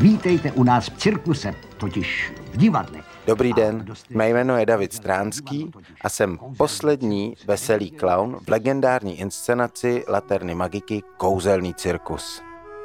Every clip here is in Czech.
Vítejte u nás v cirkuse, totiž v divadle. Dobrý den, mé jméno je David Stránský a jsem poslední veselý klaun v legendární inscenaci Laterny Magiky Kouzelný cirkus.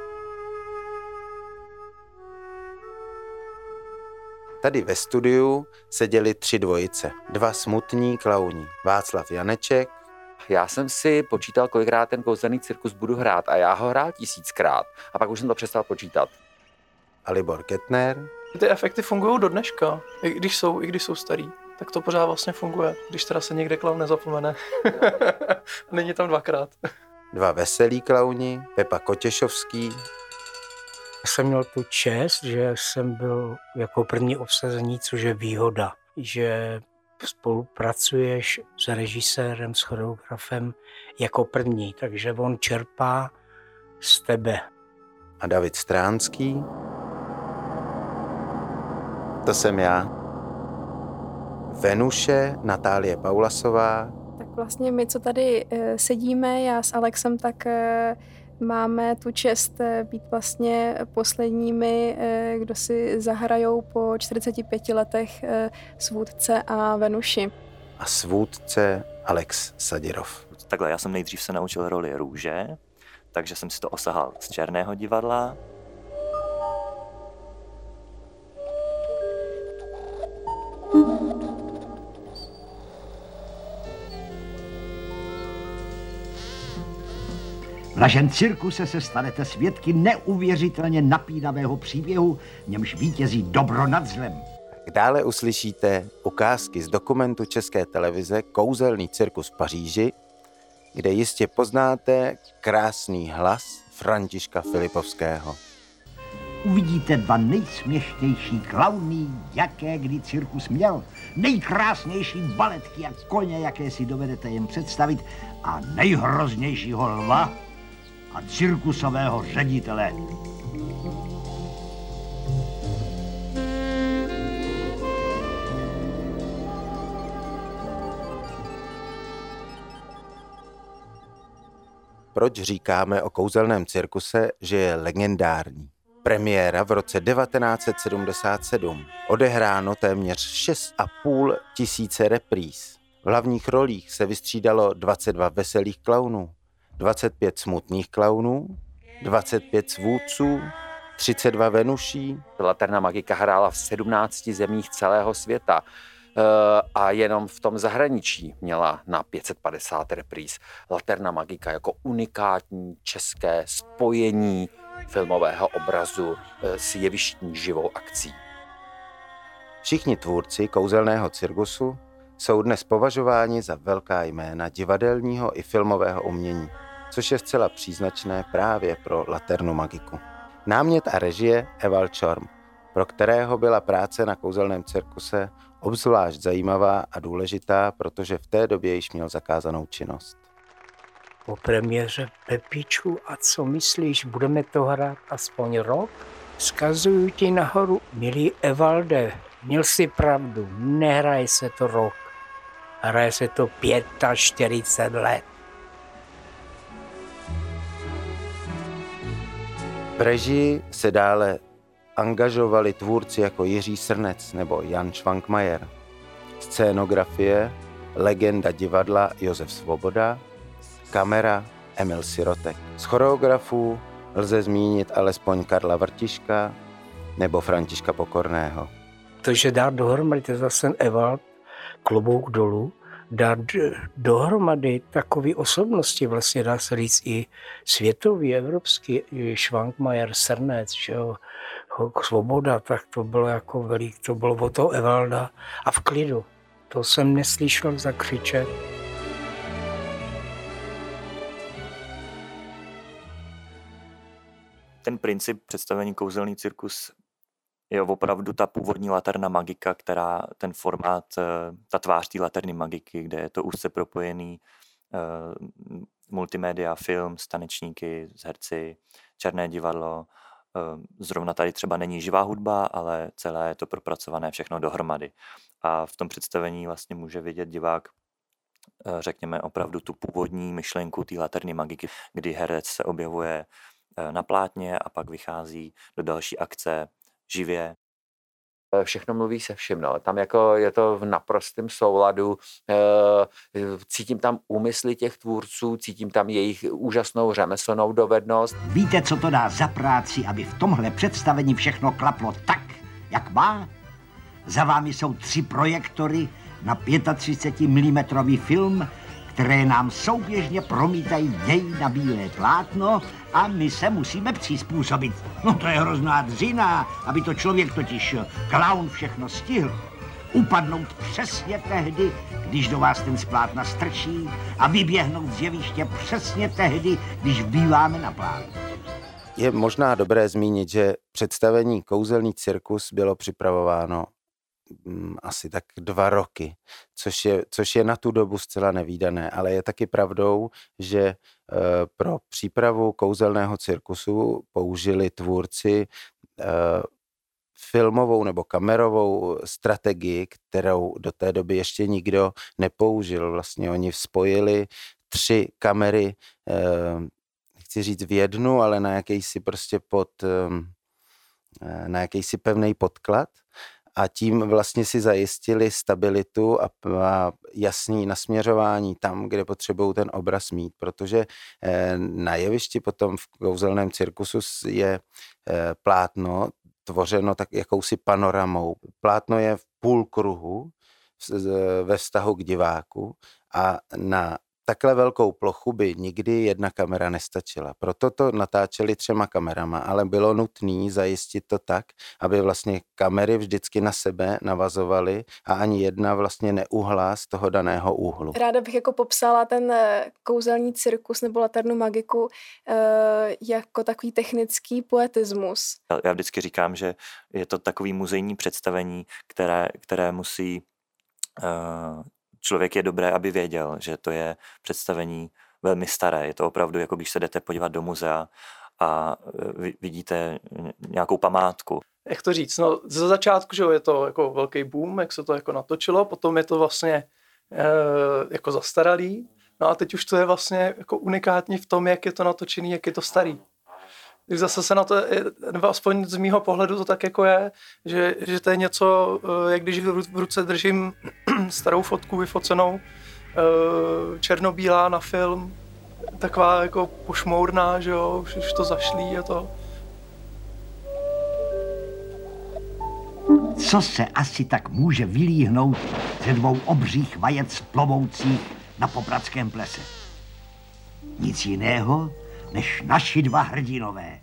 Tady ve studiu seděli 3 dvojice, 2 smutní klauni. Václav Janeček. Já jsem si počítal, kolikrát ten kouzelný cirkus budu hrát a já ho hrál 1000krát a pak už jsem to přestal počítat. A Libor Kettner. Ty efekty fungují do dneška, i když jsou starý, tak to pořád vlastně funguje, když teda se někde klaun nezapomene. Není tam 2krát. 2 veselí klauni, Pepa Kotěšovský. Jsem měl tu čest, že jsem byl jako první obsazení, což je výhoda, že spolupracuješ s režisérem, s choreografem jako první, takže on čerpá z tebe. A David Stránský. To jsem já. Venuše, Natálie Paulasová. Tak vlastně my, co tady sedíme, já s Alexem, tak máme tu čest být vlastně posledními, kdo si zahrajou po 45 letech Svůdce a Venuši. A Svůdce Alex Sadirov. Takhle, já jsem nejdřív se naučil roli růže, takže jsem si to osahal z Černého divadla. V našem cirkuse se stanete svědky neuvěřitelně napínavého příběhu, v němž vítězí dobro nad zlem. Dále uslyšíte ukázky z dokumentu České televize Kouzelný cirkus v Paříži, kde jistě poznáte krásný hlas Františka Filipovského. Uvidíte 2 nejsměšnější klauny, jaké kdy cirkus měl. Nejkrásnější baletky a koně, jaké si dovedete jen představit. A nejhroznějšího lva a cirkusového ředitele. Proč říkáme o kouzelném cirkuse, že je legendární? Premiéra v roce 1977. Odehráno téměř 6,5 tisíce repríz. V hlavních rolích se vystřídalo 22 veselých klaunů, 25 smutných klaunů, 25 svůdců, 32 venuší. Laterna Magika hrála v 17 zemích celého světa a jenom v tom zahraničí měla na 550 repríz. Laterna Magika jako unikátní české spojení filmového obrazu s jevištní živou akcí. Všichni tvůrci kouzelného cirkusu jsou dnes považováni za velká jména divadelního i filmového umění, což je zcela příznačné právě pro Laternu Magiku. Námět a režie Evald Čorm, pro kterého byla práce na kouzelném cirkuse obzvlášť zajímavá a důležitá, protože v té době již měl zakázanou činnost. Po premiéře Pepičku, a co myslíš, budeme to hrát aspoň rok? Vzkazuju ti nahoru, milý Evalde, měl jsi pravdu, nehraje se to rok, hraje se to 45 let. V režii se dále angažovali tvůrci jako Jiří Srnec nebo Jan Švankmajer. Scénografie, legenda divadla Josef Svoboda, kamera Emil Sirotek. Z choreografů lze zmínit alespoň Karla Vrtiška nebo Františka Pokorného. To, že dát dohromady, to je zase Evald, klobouk dolů, dát dohromady takové osobnosti, vlastně dá se říct i světový, evropský, Švankmajer, Srnec, že jo, Svoboda, tak to bylo jako velik, to bylo od toho Evalda a v klidu. To jsem neslyšel zakřičet. Ten princip představení Kouzelný cirkus je opravdu ta původní Laterna Magika, která ten formát, ta tvář té Laterny Magiky, kde je to úzce propojený multimédia, film, tanečníky, herci, Černé divadlo. Zrovna tady třeba není živá hudba, ale celé je to propracované všechno dohromady. A v tom představení vlastně může vidět divák, řekněme, opravdu tu původní myšlenku té Laterny Magiky, kdy herec se objevuje na plátně a pak vychází do další akce živě. Všechno mluví se vším, no. Tam jako je to v naprostém souladu, cítím tam úmysly těch tvůrců, cítím tam jejich úžasnou řemeslnou dovednost. Víte, co to dá za práci, aby v tomhle představení všechno klaplo tak, jak má? Za vámi jsou 3 projektory na 35 mm film, které nám souběžně promítají děj na bílé plátno a my se musíme přizpůsobit. No to je hrozná dřina, aby to člověk totiž klaun všechno stihl. Upadnout přesně tehdy, když do vás ten z plátna strčí a vyběhnout z jeviště přesně tehdy, když býváme na plátnu. Je možná dobré zmínit, že představení Kouzelný cirkus bylo připravováno asi tak 2 roky, což je na tu dobu zcela nevídané, ale je taky pravdou, že pro přípravu Kouzelného cirkusu použili tvůrci filmovou nebo kamerovou strategii, kterou do té doby ještě nikdo nepoužil. Vlastně oni spojili 3 kamery, chci říct v jednu, ale na jakýsi prostě na jakýsi pevný podklad. A tím vlastně si zajistili stabilitu a jasný nasměřování tam, kde potřebují ten obraz mít, protože na jevišti potom v Kouzelném cirkusu je plátno tvořeno tak jakousi panoramou. Plátno je v půlkruhu ve vztahu k diváku a na takhle velkou plochu by nikdy jedna kamera nestačila. Proto to natáčeli 3 kamerama, ale bylo nutné zajistit to tak, aby vlastně kamery vždycky na sebe navazovaly a ani jedna vlastně neuhla z toho daného úhlu. Ráda bych jako popsala ten Kouzelný cirkus nebo Laternu magiku jako takový technický poetismus. Já vždycky říkám, že je to takový muzejní představení, které musí člověk je dobré, aby věděl, že to je představení velmi staré. Je to opravdu, jako když se jdete podívat do muzea a vidíte nějakou památku. Jak to říct? No, ze začátku, že je to jako velký boom, jak se to jako natočilo, potom je to vlastně jako zastaralý, no a teď už to je vlastně jako unikátní v tom, jak je to natočený, jak je to starý. Když zase se na to, nebo aspoň z mýho pohledu to tak jako je, že to je něco, jak když v ruce držím starou fotku vyfocenou, černobílá na film, taková jako pošmourná, že jo, už to zašlí a to. Co se asi tak může vylíhnout ze 2 obřích vajec plovoucích na popradském plese? Nic jiného, než naši 2 hrdinové.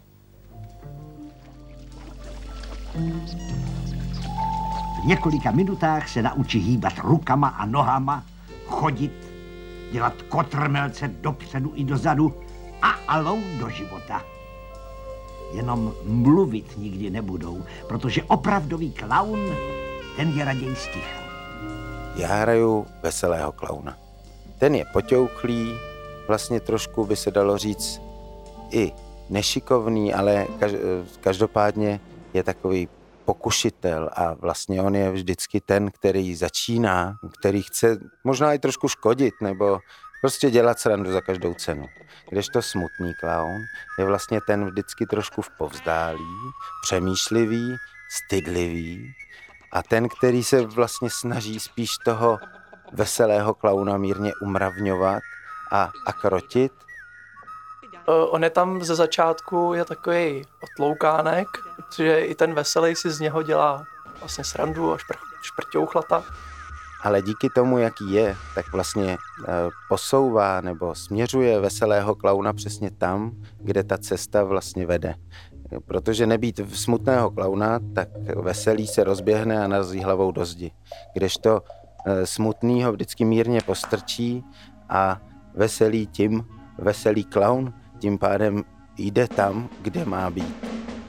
V několika minutách se naučí hýbat rukama a nohama, chodit, dělat kotrmelce dopředu i dozadu a alou do života. Jenom mluvit nikdy nebudou, protože opravdový klaun, ten je raději sticha. Já hraju veselého klauna. Ten je poťouchlý, vlastně trošku by se dalo říct i nešikovný, ale každopádně je takový pokušitel a vlastně on je vždycky ten, který začíná, který chce možná i trošku škodit nebo prostě dělat srandu za každou cenu. Kdežto smutný klaun je vlastně ten vždycky trošku v povzdálí, přemýšlivý, stydlivý a ten, který se vlastně snaží spíš toho veselého klauna mírně umravňovat a krotit. On je tam ze začátku je takový otloukánek, protože i ten veselý si z něho dělá vlastně srandu a šprťouchlata. Ale díky tomu, jaký je, tak vlastně posouvá nebo směřuje veselého klauna přesně tam, kde ta cesta vlastně vede. Protože nebýt smutného klauna, tak veselý se rozběhne a narazí hlavou do zdi. Kdežto smutný ho vždycky mírně postrčí a veselý klaun tím pádem jde tam, kde má být.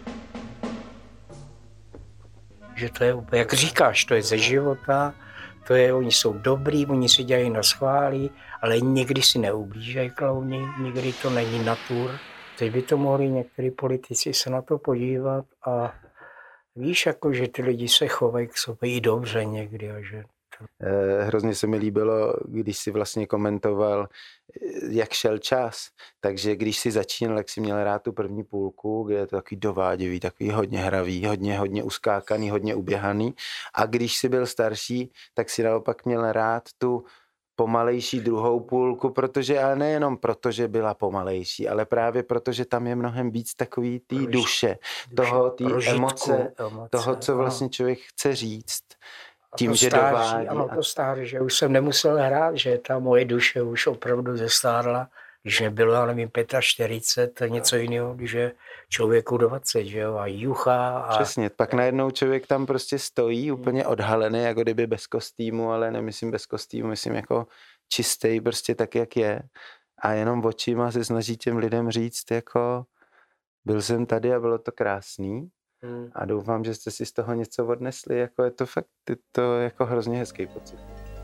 Že to je úplně, jak říkáš, to je ze života, to je, oni jsou dobrý, oni si dělají na schválí, ale někdy si neublížají klauni, někdy to není natur. Teď by to mohli některý politici se na to podívat a víš, jako, že ty lidi se chovají k sobě i dobře někdy a že Hrozně se mi líbilo, když si vlastně komentoval, jak šel čas. Takže když si začínal, jak si měl rád tu první půlku, kde je to takový dováděvý, takový hodně hravý, hodně uskákaný, hodně uběhaný. A když si byl starší, tak si naopak měl rád tu pomalejší druhou půlku, ale nejenom proto, že byla pomalejší, ale právě proto, že tam je mnohem víc takový té duše, toho, té emoce, toho, co vlastně člověk chce říct. Tím, že dovádí. Ano, to stáří, že už jsem nemusel hrát, že ta moje duše už opravdu zestárla, když mě bylo, já nevím, 45, to je něco jiného, když je člověku 20, že jo, a juchá. A... Přesně, pak najednou člověk tam prostě stojí úplně odhalený, jako kdyby bez kostýmu, ale nemyslím bez kostýmu, myslím jako čistý, prostě tak, jak je. A jenom očima se snaží těm lidem říct, jako byl jsem tady a bylo to krásný. A doufám, že jste si z toho něco odnesli, jako je to fakt, je to jako hrozně hezký pocit.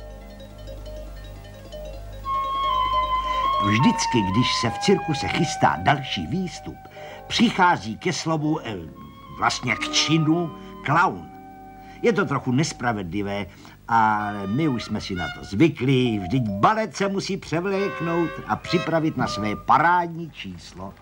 Vždycky, když se v cirkuse chystá další výstup, přichází ke slovu, vlastně k činu, klaun. Je to trochu nespravedlivé, ale my už jsme si na to zvykli, vždyť balet se musí převléknout a připravit na své parádní číslo.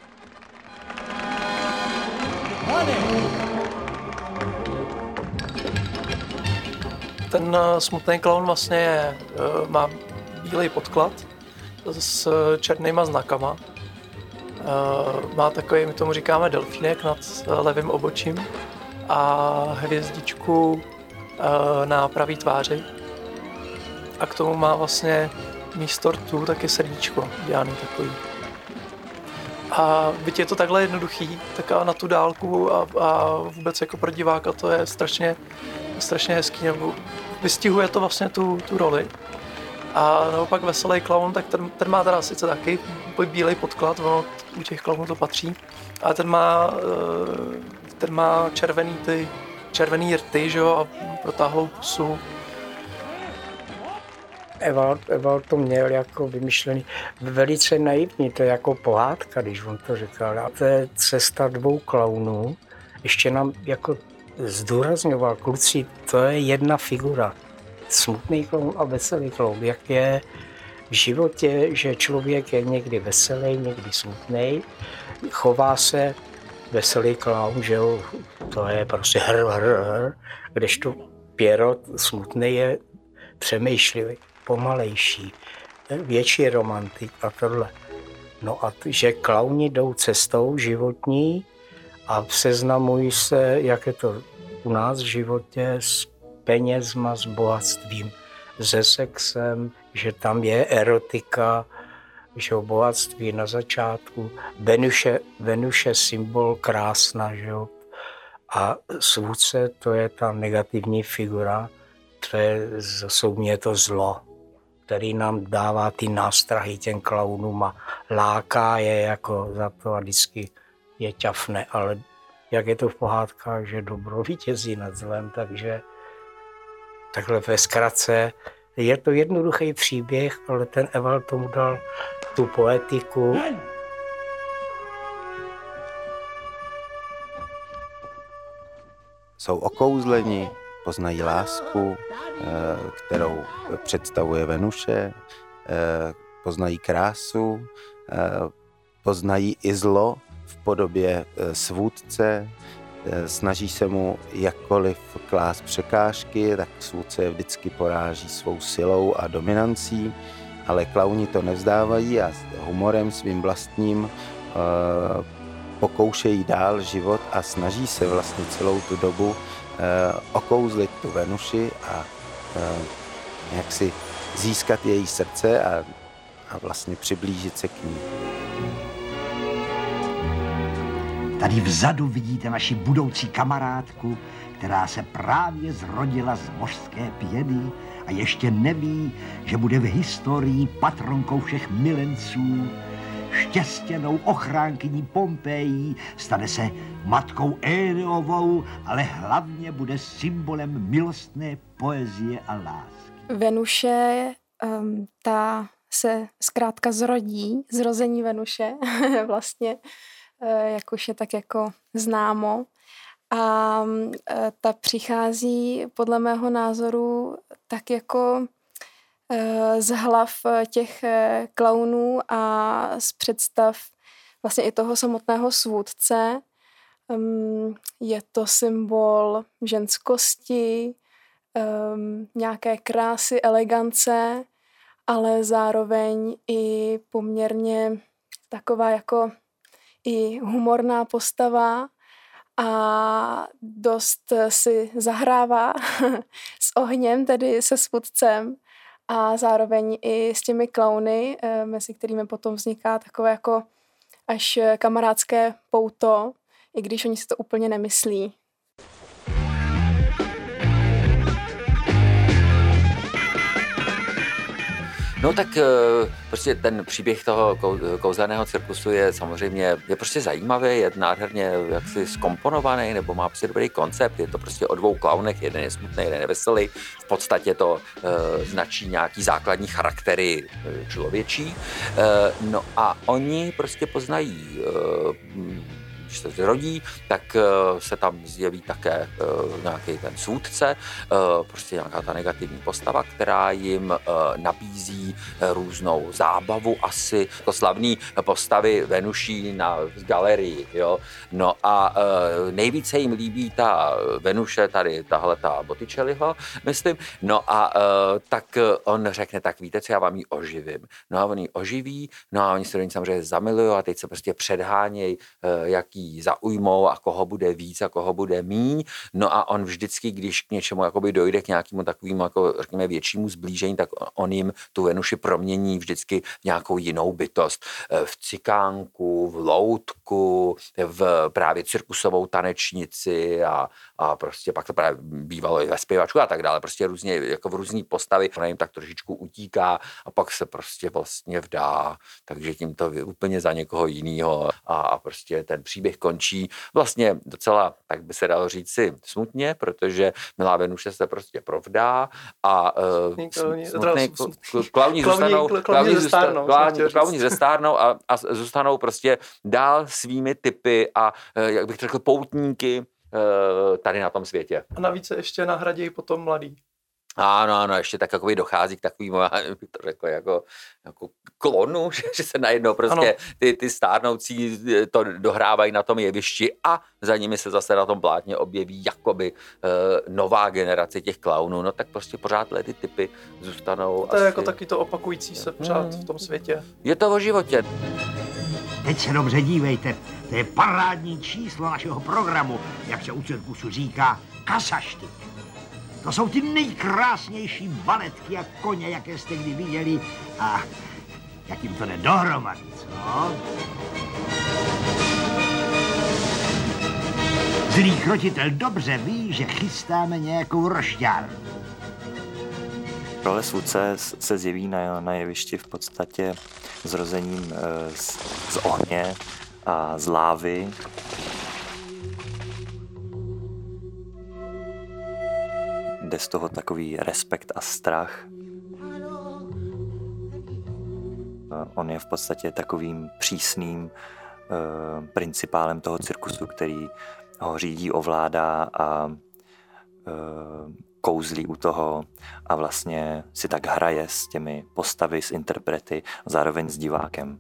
Ten smutný klaun vlastně má bílej podklad s černýma znakama. Má takový, my tomu říkáme delfínek nad levým obočím a hvězdičku na pravý tváři. A k tomu má vlastně místo rtů taky srdíčko dělaný takový. A byť je to takhle jednoduchý, tak na tu dálku a vůbec jako pro diváka to je strašně hezký, nebo vystihuje to vlastně tu roli. A naopak veselý klaun, tak ten má teda sice taky bílej podklad, ono u těch klaunů to patří, ale ten má červený rty, že jo, a protáhlou pusu. Ewald to měl jako vymyšlený velice naivní, to je jako pohádka, když on to říkal. A to je cesta dvou klaunů. Ještě nám jako zdůrazňoval, kluci, to je jedna figura. Smutný klaun a veselý klaun. Jak je v životě, že člověk je někdy veselý, někdy smutný, chová se veselý klaun, že jo, to je prostě hr, kdežto Pierrot smutný je přemýšlivý, pomalejší, větší romantik a tohle. No a že klauni jdou cestou životní a seznamují se, jak je to u nás v životě, s penězma, s bohatstvím, se sexem, že tam je erotika, že bohatství na začátku, Venuše symbol krásna, že jo, a svůdce, to je ta negativní figura, to je zase mě to zlo, který nám dává ty nástrahy těm klaunům a láká je jako za to a vždycky je ťafne, ale jak je to v pohádkách, že dobro vítězí nad zlem, takže takhle ve zkratce je to jednoduchý příběh, ale ten Ewald tomu dal tu poetiku. Jsou okouzleni, poznají lásku, kterou představuje Venuše, poznají krásu, poznají i zlo v podobě svůdce, snaží se mu jakkoliv klást překážky, tak svůdce je vždycky poráží svou silou a dominancí, ale klauni to nevzdávají a s humorem svým vlastním pokoušejí dál život a snaží se vlastně celou tu dobu okouzlit tu Venuši a jak si získat její srdce a vlastně přiblížit se k ní. Tady vzadu vidíte naši budoucí kamarádku, která se právě zrodila z mořské pěny a ještě neví, že bude v historii patronkou všech milenců, štěstěnou ochránkyní Pompejí, stane se matkou Éneovou, ale hlavně bude symbolem milostné poezie a lásky. Venuše, ta se zkrátka zrodí, zrození Venuše vlastně, jak už je tak jako známo. A ta přichází podle mého názoru tak jako z hlav těch klaunů a z představ vlastně i toho samotného svůdce. Je to symbol ženskosti, nějaké krásy, elegance, ale zároveň i poměrně taková jako i humorná postava a dost si zahrává s ohněm, tedy se svůdcem a zároveň i s těmi klauny, mezi kterými potom vzniká takové jako až kamarádské pouto, i když oni si to úplně nemyslí. No tak prostě ten příběh toho kouzelného cirkusu je samozřejmě prostě zajímavý, je nádherně jaksi zkomponovaný, nebo má prostě dobrý koncept, je to prostě o dvou klaunech, jeden je smutný, jeden je veselý, v podstatě to značí nějaký základní charaktery člověčí, no a oni prostě poznají, když se zrodí, tak se tam zjeví také nějaký ten svůdce, prostě nějaká ta negativní postava, která jim nabízí různou zábavu asi, jako slavný postavy Venuší na galerii, jo. No a nejvíce jim líbí ta Venuše, tady tahleta Botticelliho, myslím, no a tak on řekne, tak víte co, já vám ji oživím. No a on ji oživí, no a oni se do ní samozřejmě zamilují a teď se prostě předhánějí, jaký zaujmou a koho bude víc a koho bude míň. No a on vždycky, když k něčemu jakoby dojde k nějakému takovému jako řekněme většímu zblížení, tak on jim tu Venuši promění vždycky v nějakou jinou bytost. V cikánku, v loutku, v právě cirkusovou tanečnici a prostě pak to právě bývalo i ve zpěvačku a tak dále. Prostě různě, jako v různý postavy, ona jim tak trošičku utíká a pak se prostě vlastně vdá, takže tím to úplně za někoho jinýho a prostě ten příběh končí vlastně docela, tak by se dalo říci, smutně, protože milá Venuše se prostě provdá a klauni zestárnou a zůstanou prostě dál svými typy a, jak bych řekl, poutníky tady na tom světě. A navíc se ještě nahradí potom mladý. Ano, ještě tak jakoby dochází k takovým, bych to řekl, jako klonu, že se najednou prostě ty stárnoucí to dohrávají na tom jevišti a za nimi se zase na tom plátně objeví jakoby nová generace těch klaunů, no tak prostě pořád ty typy zůstanou. To je jako taky to opakující se pořád v tom světě. Je to o životě. Teď se dobře dívejte, to je parádní číslo našeho programu, jak se u cirkusu říká, kasaštyk. To jsou ty nejkrásnější baletky a koně, jaké jste kdy viděli. A jak jim to jde dohromady, co? Zlý krotitel dobře ví, že chystáme nějakou rošťárnu. Role svůdce se zjeví na jevišti v podstatě zrozením z ohně a z lávy. Jde z toho takový respekt a strach. On je v podstatě takovým přísným principálem toho cirkusu, který ho řídí, ovládá a kouzlí u toho a vlastně si tak hraje s těmi postavy, s interprety, zároveň s divákem.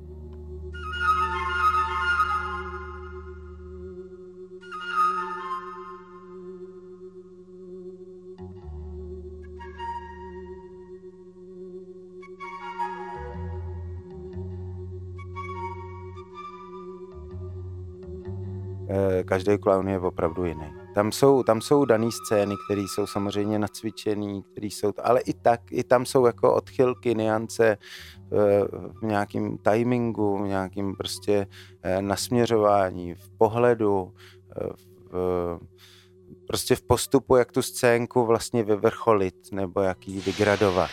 Každý klaun je opravdu jiný. Tam jsou dané scény, které jsou samozřejmě nacvičené, ale i tam jsou jako odchylky, nuance v nějakém timingu, v nějakém prostě nasměřování, v pohledu, prostě v postupu, jak tu scénku vlastně vyvrcholit nebo jak ji vygradovat.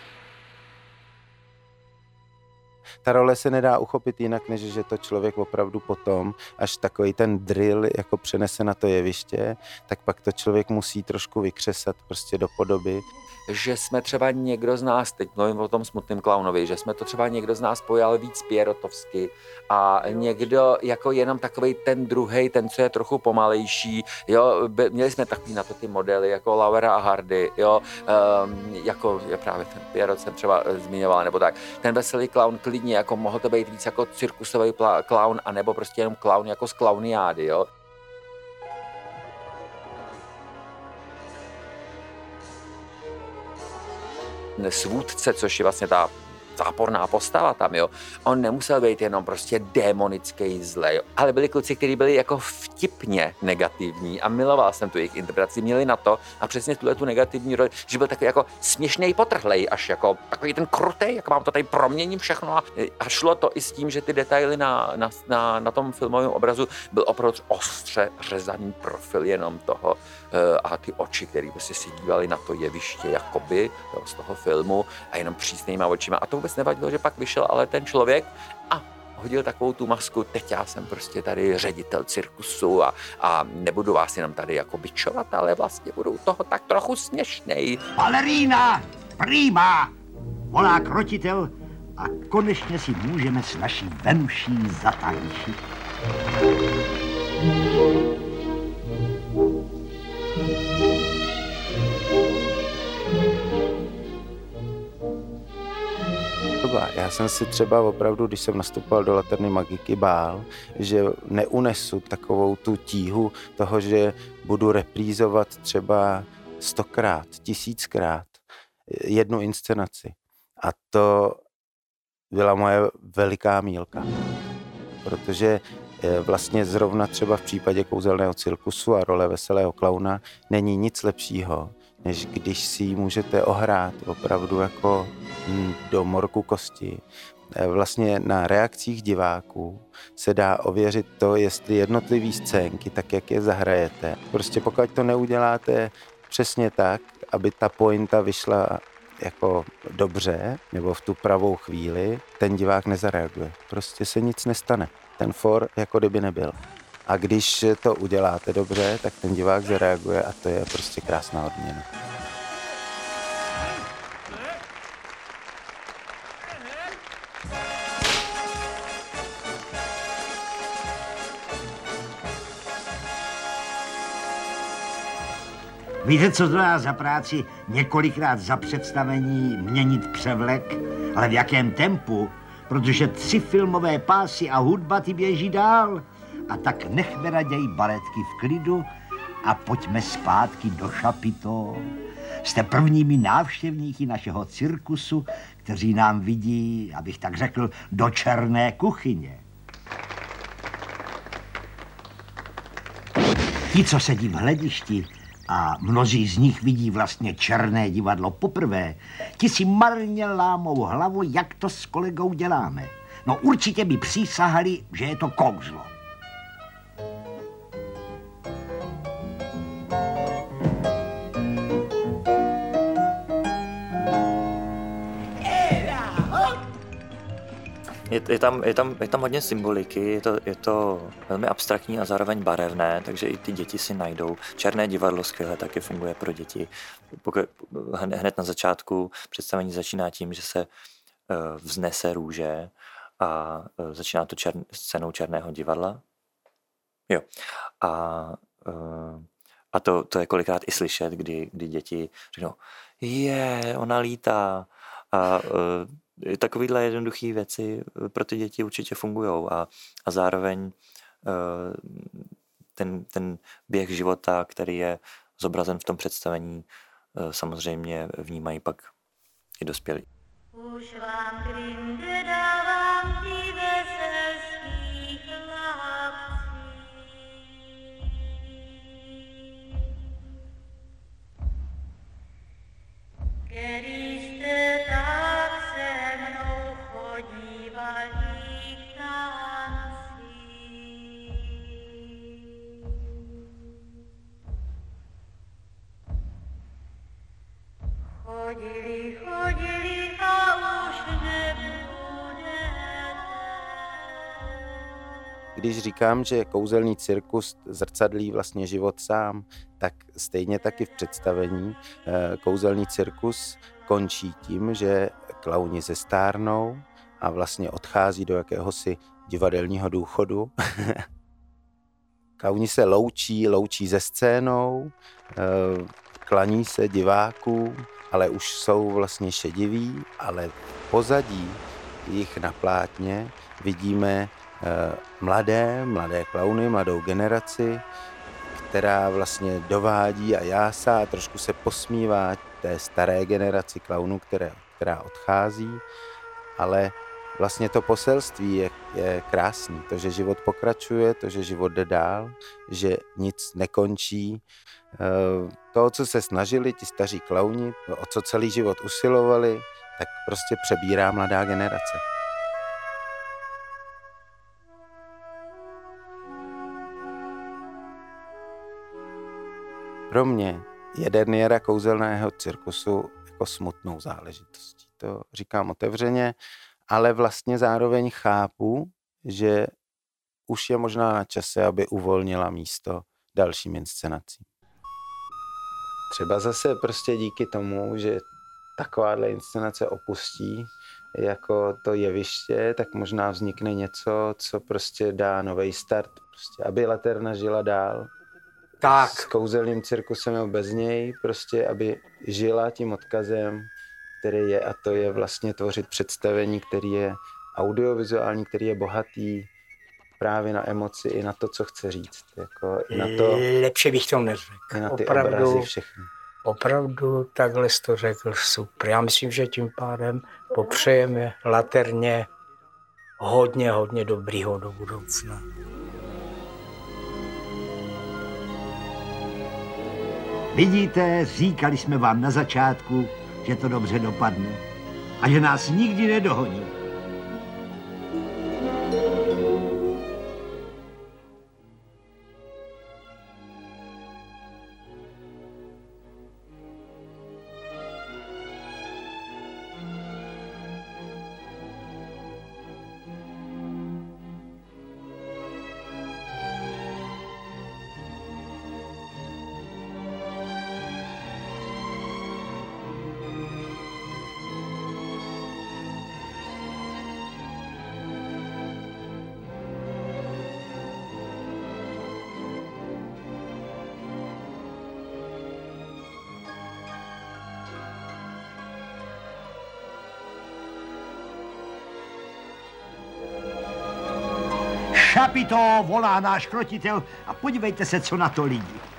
Ta role se nedá uchopit jinak, než že to člověk opravdu potom, až takový ten drill jako přenese na to jeviště, tak pak to člověk musí trošku vykřesat prostě do podoby. že jsme třeba někdo z nás, teď mluvím o tom Smutným klaunovi, že jsme to třeba někdo z nás pojal víc pierotovsky a někdo jako jenom takovej ten druhej, ten, co je trochu pomalejší, jo, měli jsme takový na to ty modely, jako Laura a Hardy, jo, jako je právě ten Pierrot jsem třeba zmiňoval, nebo tak. Ten veselý klaun klidně, jako mohl to být víc jako cirkusový klaun, anebo prostě jenom klaun jako z klauniády, jo. Svůdce, což je vlastně ta záporná postava tam, jo. On nemusel být jenom prostě démonický zlej, ale byli kluci, kteří byli jako vtipně negativní a miloval jsem tu jejich interpretaci. Měli na to a přesně tu negativní roli, že byl takový jako směšnej, potrhlej, až jako takový ten krutej, jak vám to tady proměním všechno a šlo to i s tím, že ty detaily na tom filmovém obrazu byl opravdu ostře řezaný profil jenom toho a ty oči, které prostě si dívali na to jeviště jakoby, jo, z toho filmu a jenom přísnýma očima. A to vůbec nevadilo, že pak vyšel ale ten člověk a hodil takovou tu masku, teď já jsem prostě tady ředitel cirkusu a nebudu vás jenom tady jako bičovat, ale vlastně budu toho tak trochu směšnej. Balerína! Prima! Volá krotitel a konečně si můžeme s naší Venuší zatančit. Já jsem si třeba opravdu, když jsem nastupoval do Laterny Magiky, bál, že neunesu takovou tu tíhu toho, že budu reprízovat třeba 100krát, 1000krát jednu inscenaci. A to byla moje veliká mýlka, protože vlastně zrovna třeba v případě Kouzelného cirkusu a role veselého klauna není nic lepšího, než když si ji můžete ohrát opravdu jako do morku kosti. Vlastně na reakcích diváků se dá ověřit to, jestli jednotlivý scénky, tak jak je zahrajete. Prostě pokud to neuděláte přesně tak, aby ta pointa vyšla jako dobře, nebo v tu pravou chvíli, ten divák nezareaguje. Prostě se nic nestane. Ten for jako kdyby nebyl. A když to uděláte dobře, tak ten divák zareaguje a to je prostě krásná odměna. Víte, co to dá za práci několikrát za představení měnit převlek? Ale v jakém tempu? Protože 3 filmové pásy a hudba ty běží dál. A tak nechme raději baletky v klidu a pojďme zpátky do Chapiteau. Jste prvními návštěvníky našeho cirkusu, kteří nám vidí, abych tak řekl, do černé kuchyně. Ti, co sedí v hledišti, a mnozí z nich vidí vlastně černé divadlo poprvé, ti si marně lámou hlavu, jak to s kolegou děláme. No určitě by přísahali, že je to kouzlo. Je tam hodně symboliky, je to velmi abstraktní a zároveň barevné, takže i ty děti si najdou. Černé divadlo skvěle taky funguje pro děti. Hned na začátku představení začíná tím, že se vznese růže a začíná to scénou černého divadla. Jo. A to je kolikrát i slyšet, kdy děti řeknou, ona lítá. A takovýhle jednoduché věci pro ty děti určitě fungují a zároveň ten běh života, který je zobrazen v tom představení, samozřejmě vnímají pak i dospělí. Už vám klindy dávám ty veselský chlapci. Který jste tak se mnou chodívali k tanci. Chodili a už nebudete. Když říkám, že kouzelný cirkus zrcadlí vlastně život sám, tak stejně taky v představení kouzelný cirkus končí tím, že klauni zestárnou a vlastně odchází do jakéhosi divadelního důchodu. Klauni se loučí se scénou, klaní se divákům, ale už jsou vlastně šediví, ale v pozadí jich na plátně vidíme mladé klauny, mladou generaci, která vlastně dovádí a jásá, trošku se posmívá té staré generaci klaunů, která odchází, ale vlastně to poselství je krásný. To, že život pokračuje, to, že život jde dál, že nic nekončí. To, o co se snažili ti staří klauni, o co celý život usilovali, tak prostě přebírá mladá generace. Pro mě je derniéra kouzelného cirkusu jako smutnou záležitostí. To říkám otevřeně, ale vlastně zároveň chápu, že už je možná na čase, aby uvolnila místo dalším inscenacím. Třeba zase prostě díky tomu, že takováhle inscenace opustí jako to jeviště, tak možná vznikne něco, co prostě dá nový start, prostě, aby Laterna žila dál. Tak. S kouzelným cirkusem nebo bez něj, prostě aby žila tím odkazem, který je, a to je vlastně tvořit představení, který je audiovizuální, který je bohatý právě na emoci i na to, co chce říct. Jako i na to, lepší bych to neřekl. I na ty obrazy všechny. Opravdu takhle jsi to řekl super. Já myslím, že tím pádem popřejeme Laterně hodně dobrýho do budoucna. Vidíte, říkali jsme vám na začátku, že to dobře dopadne a že nás nikdy nedohoní. Šapito, volá náš krotitel a podívejte se, co na to lidi.